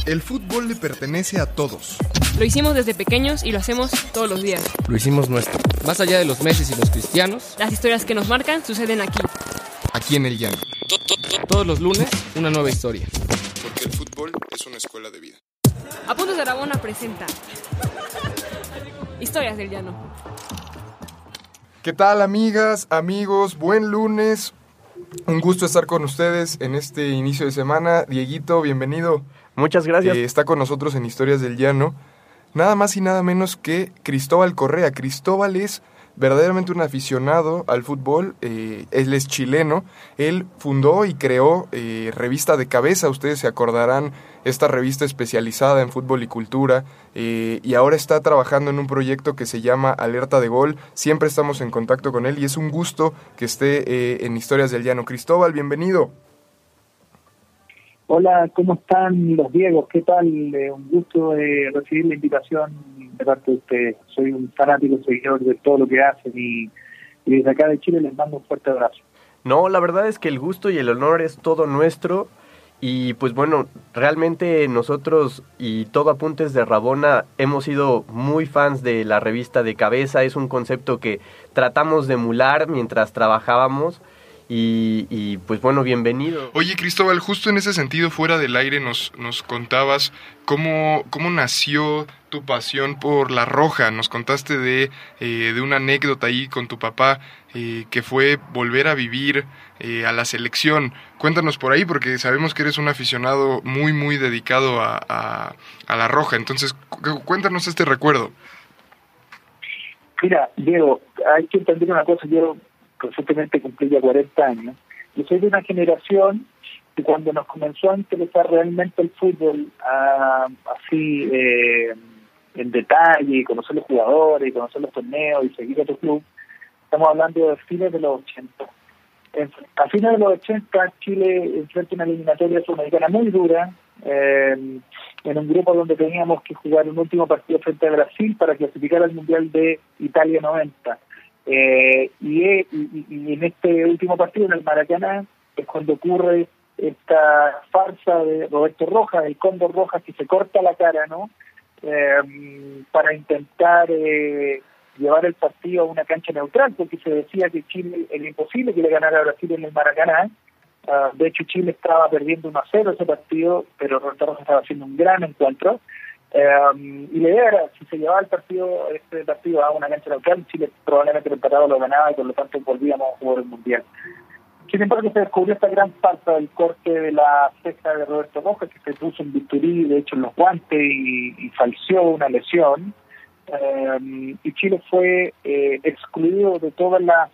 El fútbol le pertenece a todos. Lo hicimos desde pequeños y lo hacemos todos los días. Lo hicimos nuestro. Más allá de los Messi y los Cristianos, las historias que nos marcan suceden aquí. Aquí en el Llano. Todos los lunes, una nueva historia. Porque el fútbol es una escuela de vida. Apuntes de Aragona presenta Historias del Llano. ¿Qué tal, amigas, amigos? Buen lunes. Un gusto estar con ustedes en este inicio de semana. Dieguito, bienvenido. Muchas gracias. Está con nosotros en Historias del Llano. Nada más y nada menos que Cristóbal Correa. Cristóbal es verdaderamente un aficionado al fútbol. Él es chileno. Él fundó y creó Revista de Cabeza. Ustedes se acordarán, esta revista especializada en fútbol y cultura. Y ahora está trabajando en un proyecto que se llama Alerta de Gol. Siempre estamos en contacto con él y es un gusto que esté en Historias del Llano. Cristóbal, bienvenido. Hola, ¿cómo están los Diegos? ¿Qué tal? Un gusto recibir la invitación de parte de ustedes. Soy un fanático seguidor de todo lo que hacen y desde acá de Chile les mando un fuerte abrazo. No, la verdad es que el gusto y el honor es todo nuestro y pues bueno, realmente nosotros y todo Apuntes de Rabona hemos sido muy fans de la revista de Cabeza. Es un concepto que tratamos de emular mientras trabajábamos. Y pues bueno, bienvenido. Oye, Cristóbal, justo en ese sentido, fuera del aire nos contabas cómo nació tu pasión por La Roja. Nos contaste de una anécdota ahí con tu papá, que fue volver a vivir a la selección. Cuéntanos por ahí, porque sabemos que eres un aficionado muy, muy dedicado a La Roja. Entonces, cuéntanos este recuerdo. Mira, Diego, hay que entender una cosa. Yo recientemente cumplí ya 40 años. Yo soy de una generación que cuando nos comenzó a interesar realmente el fútbol, así en detalle, conocer los jugadores, conocer los torneos y seguir a tu club, estamos hablando de fines de los 80. A fines de los 80, Chile enfrenta una eliminatoria sudamericana muy dura, en un grupo donde teníamos que jugar un último partido frente a Brasil para clasificar al Mundial de Italia 90. Y en este último partido en el Maracaná es cuando ocurre esta farsa de Roberto Rojas, el Cóndor Rojas, que se corta la cara, ¿no? Para intentar llevar el partido a una cancha neutral, porque se decía que Chile era imposible que le ganara a Brasil en el Maracaná. De hecho, Chile estaba perdiendo 1-0 ese partido, pero Roberto Rojas estaba haciendo un gran encuentro. Y la idea era, si se llevaba este partido a una cancha neutral, Chile probablemente el empatado lo ganaba y por lo tanto volvíamos a jugar el Mundial. Sin embargo, se descubrió esta gran falta del corte de la ceja de Roberto Rojas, que se puso un bisturí, de hecho en los guantes, y falseó una lesión. Y Chile fue excluido de todas las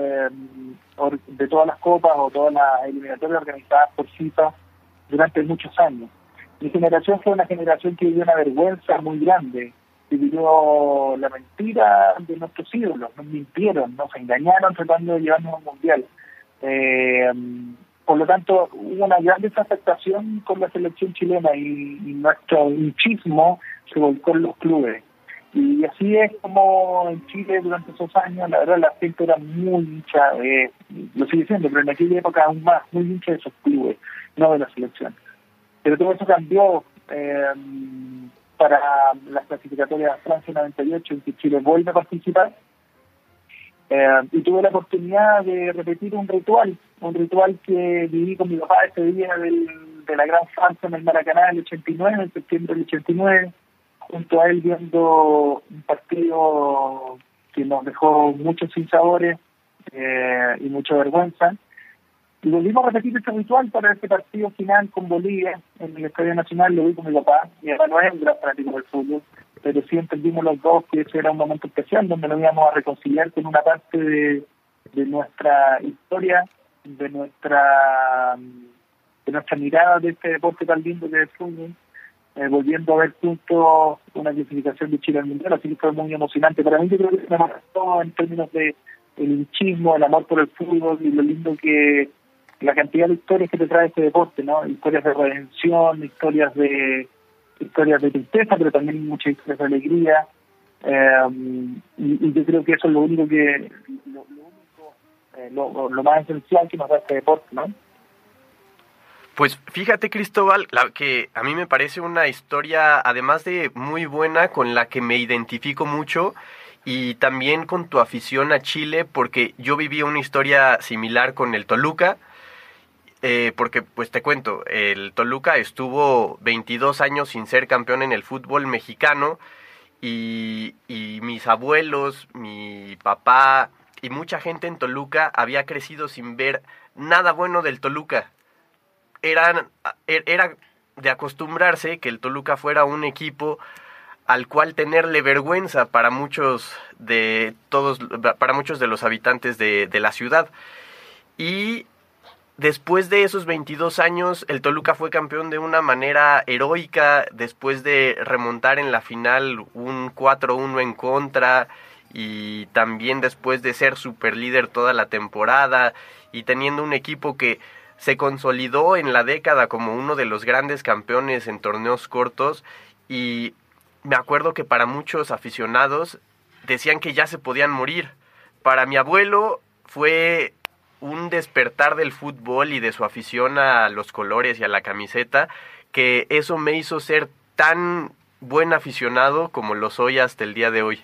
copas o todas las eliminatorias organizadas por FIFA durante muchos años. Mi generación fue una generación que vivió una vergüenza muy grande, que vivió la mentira de nuestros ídolos, nos mintieron, nos engañaron tratando de llevarnos a un mundial. Por lo tanto, hubo una gran desafectación con la selección chilena y nuestro hinchismo se volcó en los clubes. Y así es como en Chile durante esos años, la verdad, la gente era muy hincha, lo sigue siendo, pero en aquella época aún más, muy hincha de esos clubes, no de la selección. Pero todo eso cambió para las clasificatorias de Francia 98, en que Chile vuelve a participar. Y tuve la oportunidad de repetir un ritual que viví con mi papá ese día de la gran farsa en el Maracaná del 89, en septiembre del 89, junto a él viendo un partido que nos dejó muchos sinsabores y mucha vergüenza. Y volvimos a repetir este ritual para este partido final con Bolivia en el Estadio Nacional. Lo vi con mi papá. Mi papá no es un gran fanático del fútbol, pero sí entendimos los dos que ese era un momento especial donde nos íbamos a reconciliar con una parte de nuestra historia, de nuestra mirada de este deporte tan lindo que es el fútbol, volviendo a ver juntos una clasificación de Chile al Mundial. Así que fue muy emocionante. Para mí, yo creo que me marcó en términos de el hinchismo, el amor por el fútbol y lo lindo que la cantidad de historias que te trae este deporte, ¿no? Historias de redención, historias de tristeza, pero también muchas historias de alegría. Y yo creo que eso es lo único lo más esencial que nos da este deporte, ¿no? Pues fíjate, Cristóbal, que a mí me parece una historia, además de muy buena, con la que me identifico mucho, y también con tu afición a Chile, porque yo viví una historia similar con el Toluca, porque pues te cuento, el Toluca estuvo 22 años sin ser campeón en el fútbol mexicano, y mis abuelos, mi papá y mucha gente en Toluca había crecido sin ver nada bueno del Toluca. Era de acostumbrarse que el Toluca fuera un equipo al cual tenerle vergüenza para muchos de los habitantes de la ciudad. Y después de esos 22 años, el Toluca fue campeón de una manera heroica, después de remontar en la final un 4-1 en contra, y también después de ser superlíder toda la temporada, y teniendo un equipo que se consolidó en la década como uno de los grandes campeones en torneos cortos. Y me acuerdo que para muchos aficionados decían que ya se podían morir. Para mi abuelo fue un despertar del fútbol y de su afición a los colores y a la camiseta, que eso me hizo ser tan buen aficionado como lo soy hasta el día de hoy.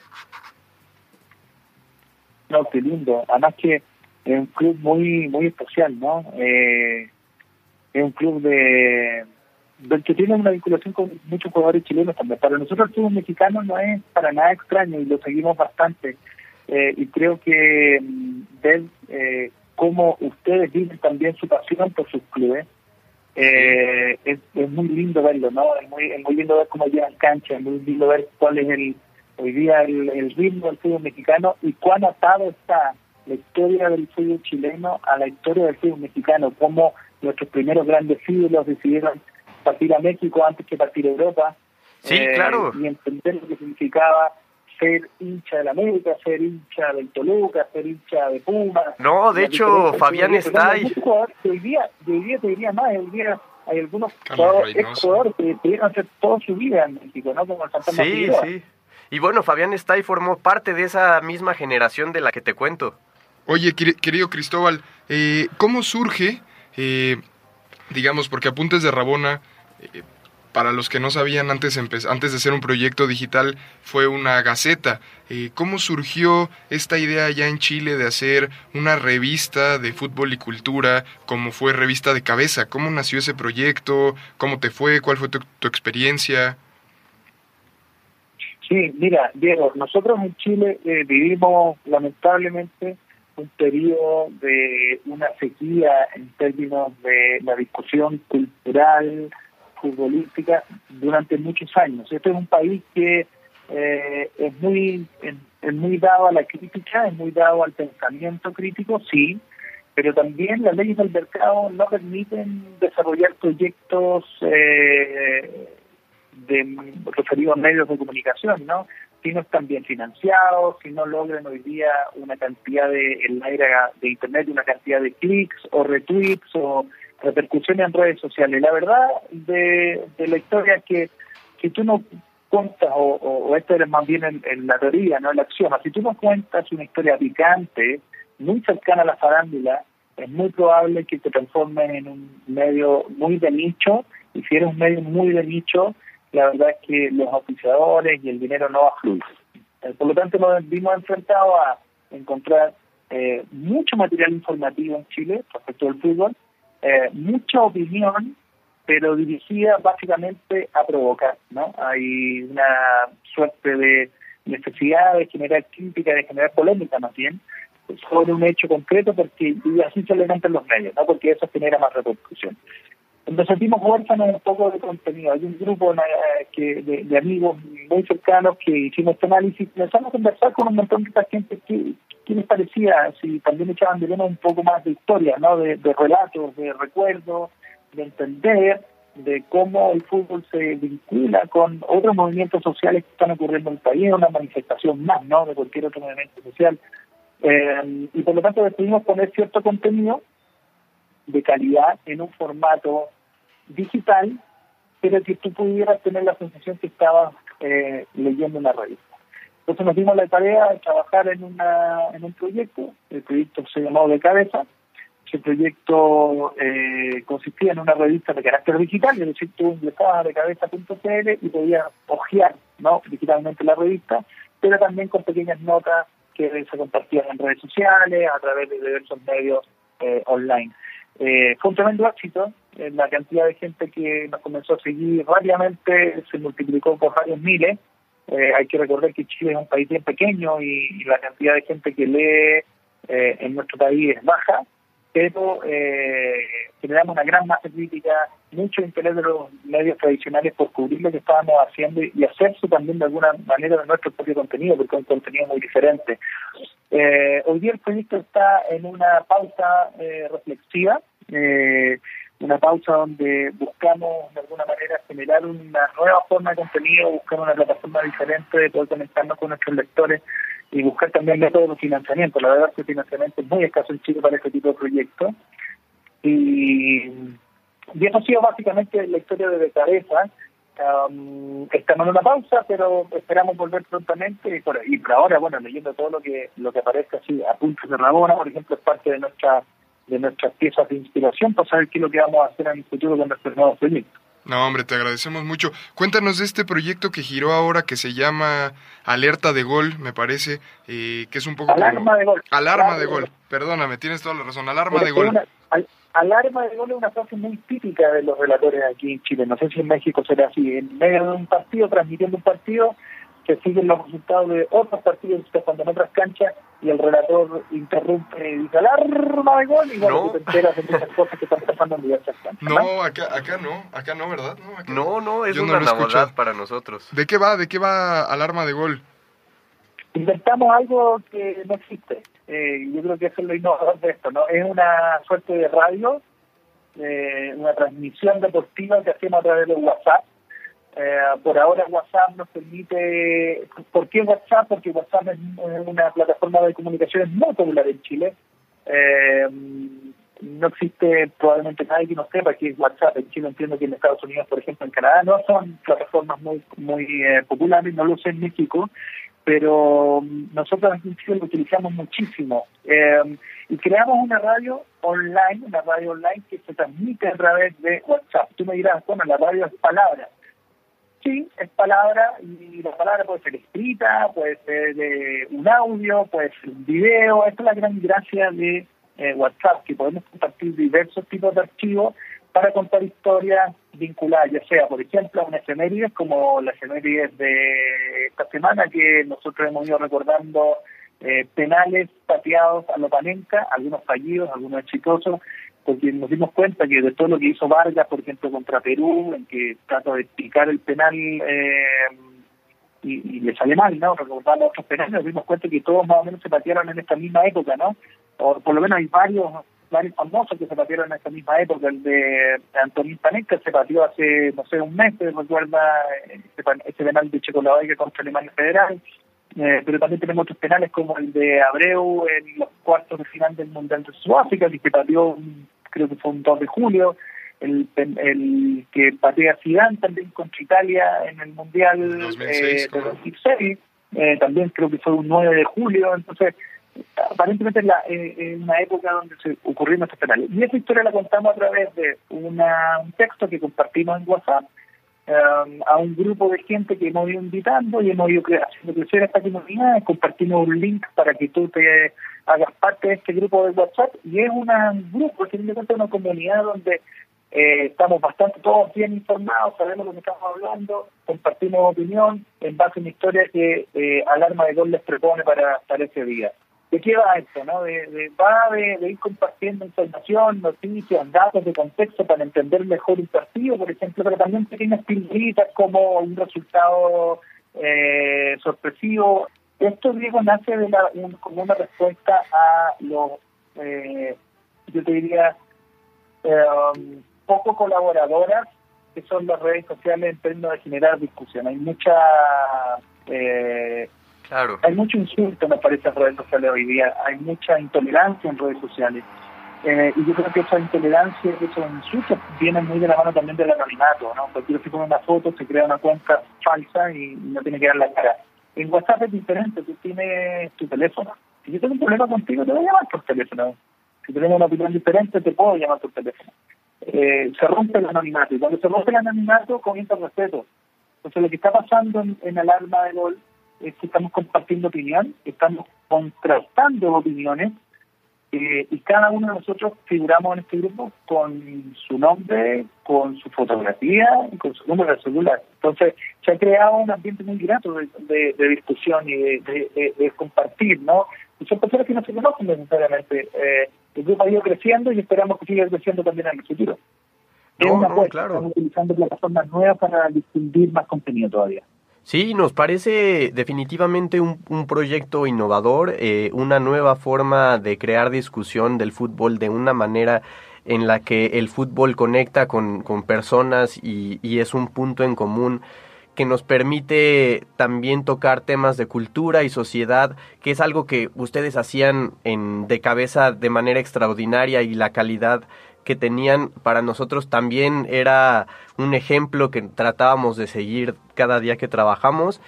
No, qué lindo. Además que es un club muy especial, ¿no? Es un club del que tiene una vinculación con muchos jugadores chilenos también. Para nosotros el fútbol mexicano no es para nada extraño y lo seguimos bastante. Y creo que ver cómo ustedes viven también su pasión por sus clubes, es muy lindo verlo, ¿no? Es muy lindo ver cómo llegan cancha, es muy lindo ver cuál es hoy día el ritmo del fútbol mexicano y cuán atado está la historia del fútbol chileno a la historia del fútbol mexicano, cómo nuestros primeros grandes ídolos decidieron partir a México antes que partir a Europa. Sí, claro. Y entender lo que significaba ser hincha del América, ser hincha del Toluca, ser hincha de Pumas. No, de hecho, Fabián está ahí. Hoy día te diría más, hoy día hay algunos ex-jugadores que pudieron hacer toda su vida en México, ¿no? Como el Santana Figueroa. Sí. Y bueno, Fabián está ahí, formó parte de esa misma generación de la que te cuento. Oye, querido Cristóbal, ¿cómo surge, digamos, porque Apuntes de Rabona, para los que no sabían, antes de ser un proyecto digital, fue una gaceta? ¿Cómo surgió esta idea allá en Chile de hacer una revista de fútbol y cultura, como fue Revista de Cabeza? ¿Cómo nació ese proyecto? ¿Cómo te fue? ¿Cuál fue tu experiencia? Sí, mira, Diego, nosotros en Chile vivimos lamentablemente un periodo de una sequía en términos de la discusión cultural, futbolística, durante muchos años. Este es un país que es muy dado a la crítica, es muy dado al pensamiento crítico, sí, pero también las leyes del mercado no permiten desarrollar proyectos referidos a medios de comunicación, ¿no? Si no están bien financiados, si no logran hoy día una cantidad en la era de Internet, una cantidad de clics o retweets o repercusiones en redes sociales. La verdad de la historia es que si tú no cuentas, o esto es más bien en la teoría, no en la acción, si tú no cuentas una historia picante, muy cercana a la farándula, es muy probable que te transformes en un medio muy de nicho, y si eres un medio muy de nicho, la verdad es que los auspiciadores y el dinero no va a fluir. Por lo tanto, nos vimos enfrentados a encontrar mucho material informativo en Chile respecto al fútbol, mucha opinión, pero dirigida básicamente a provocar, ¿no? Hay una suerte de necesidad de generar crítica, de generar polémica más bien, sobre un hecho concreto, porque y así se levantan los medios, ¿no? Porque eso genera más repercusión. Nos sentimos huérfanos un poco de contenido. Hay un grupo de amigos muy cercanos que hicimos este análisis, comenzamos a conversar con un montón de esta gente que les parecía, si también echaban de menos un poco más de historia, ¿no? De relatos, de recuerdos, de entender de cómo el fútbol se vincula con otros movimientos sociales que están ocurriendo en el país, una manifestación más, ¿no? De cualquier otro movimiento social. Y por lo tanto decidimos poner cierto contenido de calidad en un formato digital, pero que tú pudieras tener la sensación que estabas leyendo una revista. Entonces nos dimos la tarea de trabajar en un proyecto. El proyecto se llamó De Cabeza. Ese proyecto consistía en una revista de carácter digital, es decir, tú ingresabas a decabeza.cl y podías hojear, ¿no?, digitalmente la revista, pero también con pequeñas notas que se compartían en redes sociales, a través de diversos medios online. Fue un tremendo éxito. La cantidad de gente que nos comenzó a seguir rápidamente se multiplicó por varios miles. Hay que recordar que Chile es un país bien pequeño y la cantidad de gente que lee en nuestro país es baja, pero generamos una gran masa crítica, mucho interés de los medios tradicionales por cubrir lo que estábamos haciendo y hacerse también de alguna manera de nuestro propio contenido, porque es un contenido muy diferente. Hoy día el proyecto está en una pausa reflexiva, una pausa donde buscamos de alguna manera generar una nueva forma de contenido, buscar una plataforma diferente de poder conectarnos con nuestros lectores y buscar también métodos de financiamiento. La verdad es que el financiamiento es muy escaso en Chile para este tipo de proyectos. Y eso ha sido básicamente la historia de Cabeza. Estamos en una pausa, pero esperamos volver prontamente. Y por ahora, bueno, leyendo todo lo que aparezca así a puntos de Rabona, por ejemplo, es parte de nuestras piezas de inspiración para saber qué es lo que vamos a hacer en el futuro con nuestros nuevos proyectos. No, hombre, te agradecemos mucho. Cuéntanos de este proyecto que giró ahora, que se llama Alerta de Gol, me parece, que es un poco... Alarma de Gol. Alarma de Gol, perdóname, tienes toda la razón, Alarma de Gol. Alarma de Gol es una frase muy típica de los relatores aquí en Chile. No sé si en México será así. En medio de un partido, transmitiendo un partido, se siguen los resultados de otros partidos que están en otras canchas y el relator interrumpe y dice alarma de gol y bueno, te enteras de muchas cosas que están pasando en diversas canchas. No, acá no, ¿verdad? No, es una novedad para nosotros. ¿De qué va Alarma de Gol? Inventamos algo que no existe. Yo creo que eso es lo innovador de esto, ¿no? Es una suerte de radio, una transmisión deportiva que hacemos a través de WhatsApp. Por ahora WhatsApp nos permite... ¿Por qué WhatsApp? Porque WhatsApp es una plataforma de comunicaciones muy popular en Chile. No existe probablemente nadie que no sepa qué es WhatsApp. En Chile entiendo que en Estados Unidos, por ejemplo, en Canadá no son plataformas muy populares, no lo sé en México, pero nosotros en Chile lo utilizamos muchísimo. Y creamos una radio online que se transmite a través de WhatsApp. Tú me dirás, bueno, la radio es palabra. Sí, es palabra, y la palabra puede ser escrita, puede ser un audio, puede ser un video. Esta es la gran gracia de WhatsApp, que podemos compartir diversos tipos de archivos para contar historias vinculadas, ya sea, por ejemplo, a una efemérides como las efemérides de esta semana, que nosotros hemos ido recordando penales pateados a Lopanenka, algunos fallidos, algunos exitosos, porque nos dimos cuenta que de todo lo que hizo Vargas, por ejemplo, contra Perú, en que trata de picar el penal y le sale mal, ¿no? Recordando otros penales, nos dimos cuenta que todos más o menos se patearon en esta misma época, ¿no? O por lo menos hay varios famosos que se patearon en esta misma época. El de Antonín Panenka se pateó hace, no sé, un mes, recuerda ese penal de Checoslovaquia contra Alemania Federal. Pero también tenemos otros penales como el de Abreu en los cuartos de final del Mundial de Sudáfrica, que se pateó, creo que fue un 2 de julio, el que patea Zidane también contra Italia en el Mundial 2006, de 2006, también creo que fue un 9 de julio. Entonces, aparentemente es una época donde se ocurrieron estos penales. Y esa historia la contamos a través de un texto que compartimos en WhatsApp, a un grupo de gente que hemos ido invitando y hemos ido haciendo crecer esta comunidad. Compartimos un link para que tú te hagas parte de este grupo de WhatsApp, y es un grupo, que tiene una comunidad donde estamos bastante todos bien informados, sabemos lo que estamos hablando, compartimos opinión en base a una historia que Alarma de Gol les propone para ese día. ¿De qué va esto, no? De ir compartiendo información, noticias, datos de contexto para entender mejor un partido, por ejemplo, pero también pequeñas pildoritas como un resultado sorpresivo. Esto, Diego, nace como una respuesta a los, yo te diría, poco colaboradoras que son las redes sociales en términos de generar discusión. Hay mucha... Claro. Hay mucho insulto, me parece, en redes sociales hoy día. Hay mucha intolerancia en redes sociales. Y yo creo que esa intolerancia y esos insultos vienen muy de la mano también del anonimato, ¿no? Cualquiera se pone una foto, se crea una cuenta falsa y no tiene que dar la cara. En WhatsApp es diferente, tú tienes tu teléfono. Si yo tengo un problema contigo, te voy a llamar por teléfono. Si tenemos una opinión diferente, te puedo llamar por teléfono. Se rompe el anonimato, y cuando se rompe el anonimato comienza el respeto. Entonces lo que está pasando en Alarma de Gol es que estamos compartiendo opinión, estamos contrastando opiniones, y cada uno de nosotros figuramos en este grupo con su nombre, con su fotografía y con su número de celular. Entonces se ha creado un ambiente muy grato de discusión y de compartir, ¿no? Y son personas que no se conocen necesariamente. El grupo ha ido creciendo y esperamos que siga creciendo también en el futuro. Claro. Estamos utilizando plataformas nuevas para difundir más contenido todavía. Sí, nos parece definitivamente un proyecto innovador, una nueva forma de crear discusión del fútbol de una manera en la que el fútbol conecta con personas y es un punto en común que nos permite también tocar temas de cultura y sociedad, que es algo que ustedes hacían de cabeza de manera extraordinaria, y la calidad que tenían para nosotros también era un ejemplo que tratábamos de seguir cada día que trabajamos.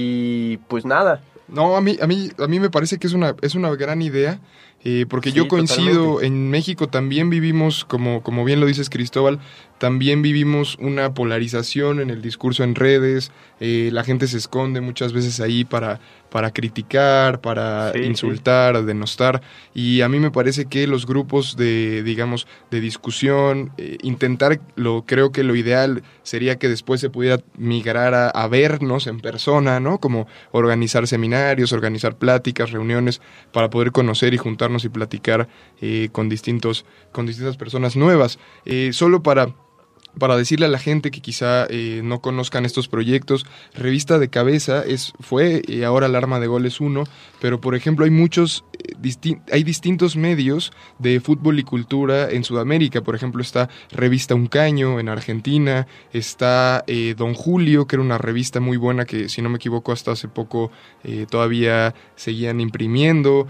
Y pues nada. No, a mí me parece que es una gran idea, porque Sí, yo coincido. totalmente. En México también vivimos, como bien lo dices, Cristóbal, también vivimos una polarización en el discurso en redes. La gente se esconde muchas veces ahí para criticar, para insultar, denostar, y a mí me parece que los grupos de discusión, creo que lo ideal sería que después se pudiera migrar a vernos en persona, ¿no? Como organizar seminarios, organizar pláticas, reuniones, para poder conocer y juntarnos y platicar con distintas personas nuevas. Solo para decirle a la gente que quizá no conozcan estos proyectos, Revista de Cabeza fue ahora Alarma de Gol es uno, pero por ejemplo hay hay distintos medios de fútbol y cultura en Sudamérica. Por ejemplo está Revista Un Caño en Argentina, está Don Julio, que era una revista muy buena que, si no me equivoco, hasta hace poco todavía seguían imprimiendo.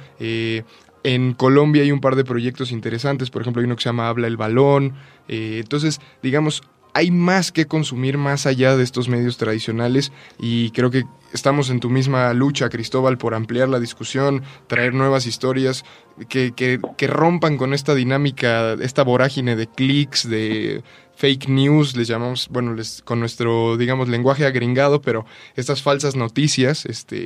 En Colombia hay un par de proyectos interesantes, por ejemplo hay uno que se llama Habla el Balón. Entonces, digamos, hay más que consumir más allá de estos medios tradicionales, y creo que estamos en tu misma lucha, Cristóbal, por ampliar la discusión, traer nuevas historias que rompan con esta dinámica, esta vorágine de clics, de fake news, les llamamos, con nuestro, digamos, lenguaje agringado, pero estas falsas noticias,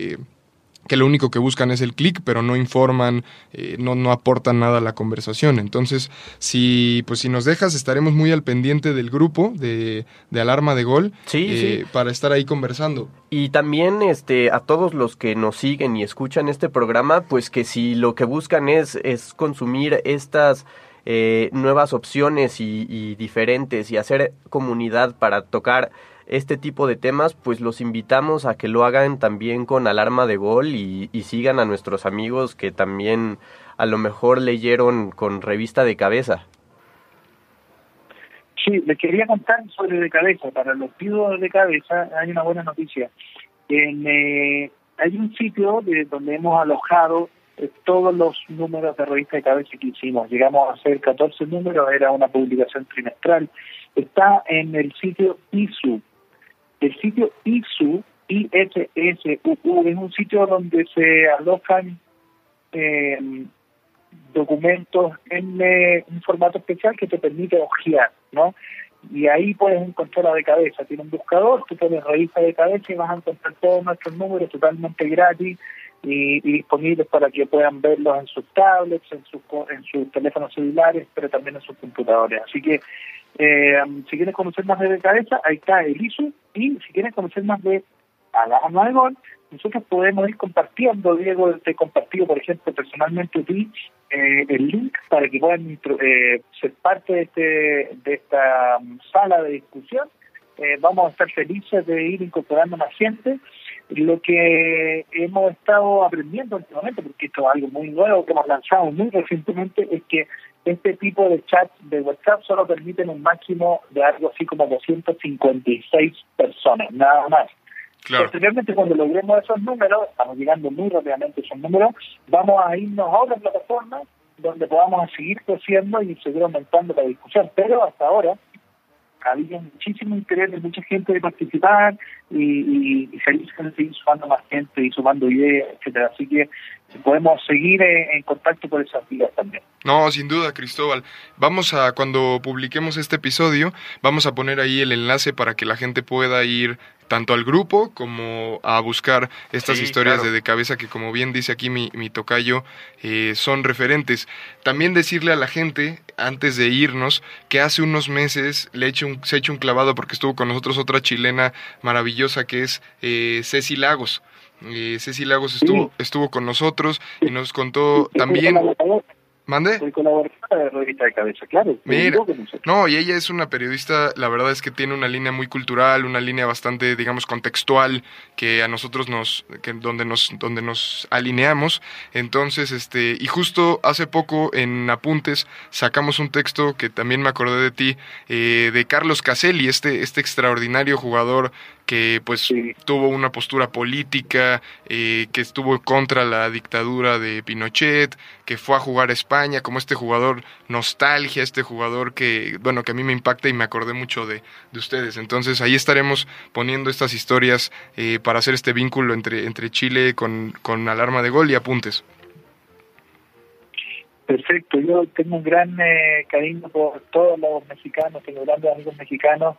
que lo único que buscan es el clic, pero no informan, no aportan nada a la conversación. Entonces, si nos dejas, estaremos muy al pendiente del grupo de Alarma de Gol, sí. Para estar ahí conversando. Y también a todos los que nos siguen y escuchan este programa, pues que si lo que buscan es consumir estas nuevas opciones y diferentes, y hacer comunidad para tocar este tipo de temas, pues los invitamos a que lo hagan también con Alarma de Gol, y sigan a nuestros amigos que también a lo mejor leyeron con Revista de Cabeza. Sí, les quería contar sobre De Cabeza. Para los pibos de Cabeza hay una buena noticia. Hay un sitio donde hemos alojado todos los números de Revista de Cabeza que hicimos. Llegamos a hacer 14 números, era una publicación trimestral. Está en el sitio ISU. El sitio ISU, ISSUU, es un sitio donde se alojan documentos en un formato especial que te permite hojear, ¿no? Y ahí puedes encontrar a De Cabeza. Tiene un buscador, tú pones Revista de Cabeza y vas a encontrar todos nuestros números totalmente gratis y disponibles para que puedan verlos en sus tablets, en sus teléfonos celulares, pero también en sus computadores. Así que si quieren conocer más de Cabeza, ahí está el ISU. Y si quieren conocer más de Alarma de Gol, nosotros podemos ir compartiendo. Diego, te he compartido, por ejemplo, personalmente a ti el link para que puedan ser parte de esta sala de discusión. Vamos a estar felices de ir incorporando más gente. Lo que hemos estado aprendiendo últimamente, porque esto es algo muy nuevo que hemos lanzado muy recientemente, es que este tipo de chats de WhatsApp solo permiten un máximo de algo así como 256 personas, nada más. Claro. Posteriormente, cuando logremos esos números, estamos llegando muy rápidamente a esos números, vamos a irnos a otras plataformas donde podamos seguir creciendo y seguir aumentando la discusión. Pero hasta ahora había muchísimo interés de mucha gente de participar y feliz de seguir sumando más gente y sumando ideas, etcétera. Así que podemos seguir en contacto por esas vías también. No, sin duda, Cristóbal. Cuando publiquemos este episodio, vamos a poner ahí el enlace para que la gente pueda ir tanto al grupo como a buscar estas historias, claro, de cabeza que, como bien dice aquí mi tocayo, son referentes. También decirle a la gente, antes de irnos, que hace unos meses se echó un clavado porque estuvo con nosotros otra chilena maravillosa que es Ceci Lagos. Ceci Lagos estuvo con nosotros y nos contó también... ¿Mande? Soy colaboradora de Revista de Cabeza, claro. Mira, no, y ella es una periodista, la verdad es que tiene una línea muy cultural, una línea bastante, digamos, contextual, que a nosotros donde nos alineamos. Entonces, y justo hace poco en Apuntes sacamos un texto que también me acordé de ti, de Carlos Caselli, este extraordinario jugador que pues tuvo una postura política, que estuvo contra la dictadura de Pinochet, que fue a jugar a España, como este jugador nostalgia, este jugador que a mí me impacta y me acordé mucho de ustedes. Entonces ahí estaremos poniendo estas historias para hacer este vínculo entre Chile con Alarma de Gol y Apuntes. Perfecto, yo tengo un gran cariño por todos los mexicanos, tengo grandes amigos mexicanos,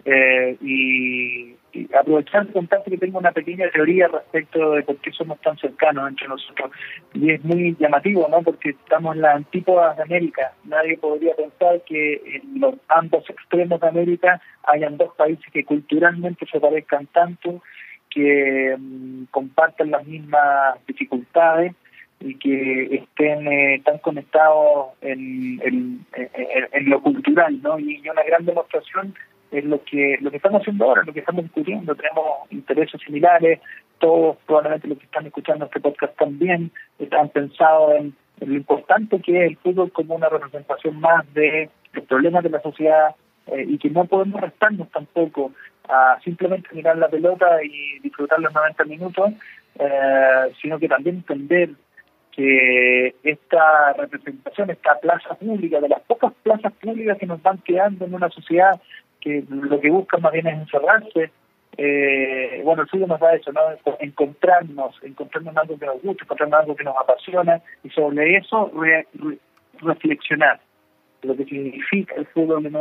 y aprovechar de contarte que tengo una pequeña teoría respecto de por qué somos tan cercanos entre nosotros, y es muy llamativo, ¿no? Porque estamos en las antípodas de América. Nadie podría pensar que en los ambos extremos de América hayan dos países que culturalmente se parezcan tanto, que compartan las mismas dificultades y que estén tan conectados en lo cultural, ¿no? Y una gran demostración es lo que estamos haciendo ahora, lo que estamos discutiendo. Tenemos intereses similares, todos probablemente los que están escuchando este podcast también están pensados en lo importante que es el fútbol como una representación más de los problemas de la sociedad, y que no podemos restarnos tampoco a simplemente mirar la pelota y disfrutar los 90 minutos, sino que también entender que esta representación, esta plaza pública, de las pocas plazas públicas que nos van quedando en una sociedad que lo que buscan más bien es encerrarse, el fútbol nos da eso, ¿no? Encontrarnos en algo que nos gusta, encontrarnos en algo que nos apasiona, y sobre eso reflexionar lo que significa el fútbol en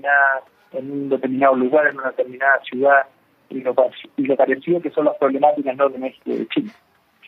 un determinado lugar, en una determinada ciudad, y lo parecido que son las problemáticas, ¿no?, de México y de Chile.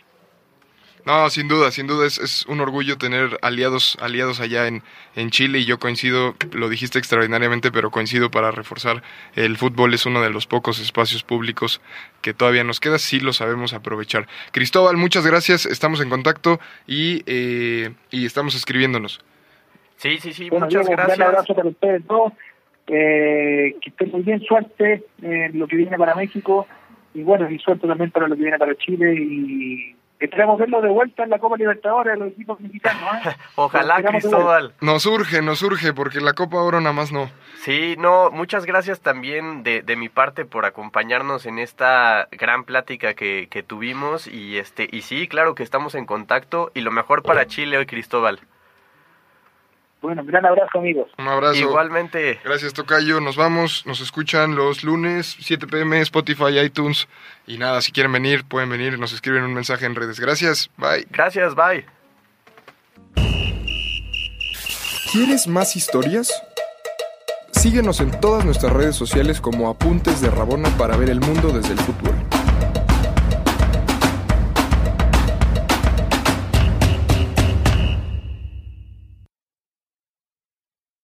No, sin duda es un orgullo tener aliados allá en Chile, y yo coincido, lo dijiste extraordinariamente, pero coincido para reforzar, el fútbol es uno de los pocos espacios públicos que todavía nos queda, si lo sabemos aprovechar. Cristóbal, muchas gracias, estamos en contacto y estamos escribiéndonos. Sí, muchas gracias. Un gran abrazo para ustedes dos, que estén muy bien, suerte en lo que viene para México, y suerte también para lo que viene para Chile, y esperamos verlo de vuelta en la Copa Libertadores de los equipos mexicanos, ¿eh? Ojalá, Cristóbal. Nos urge, porque la Copa Oro nada más no. Sí, no, muchas gracias también de mi parte por acompañarnos en esta gran plática que tuvimos, y sí, claro que estamos en contacto, y lo mejor para Chile hoy, Cristóbal. Bueno, un gran abrazo, amigos. Un abrazo. Igualmente. Gracias, tocayo. Nos vamos, nos escuchan los lunes, 7 p.m, Spotify, iTunes. Y nada, si quieren venir, pueden venir, nos escriben un mensaje en redes. Gracias, bye. Gracias, bye. ¿Quieres más historias? Síguenos en todas nuestras redes sociales como Apuntes de Rabona para ver el mundo desde el fútbol.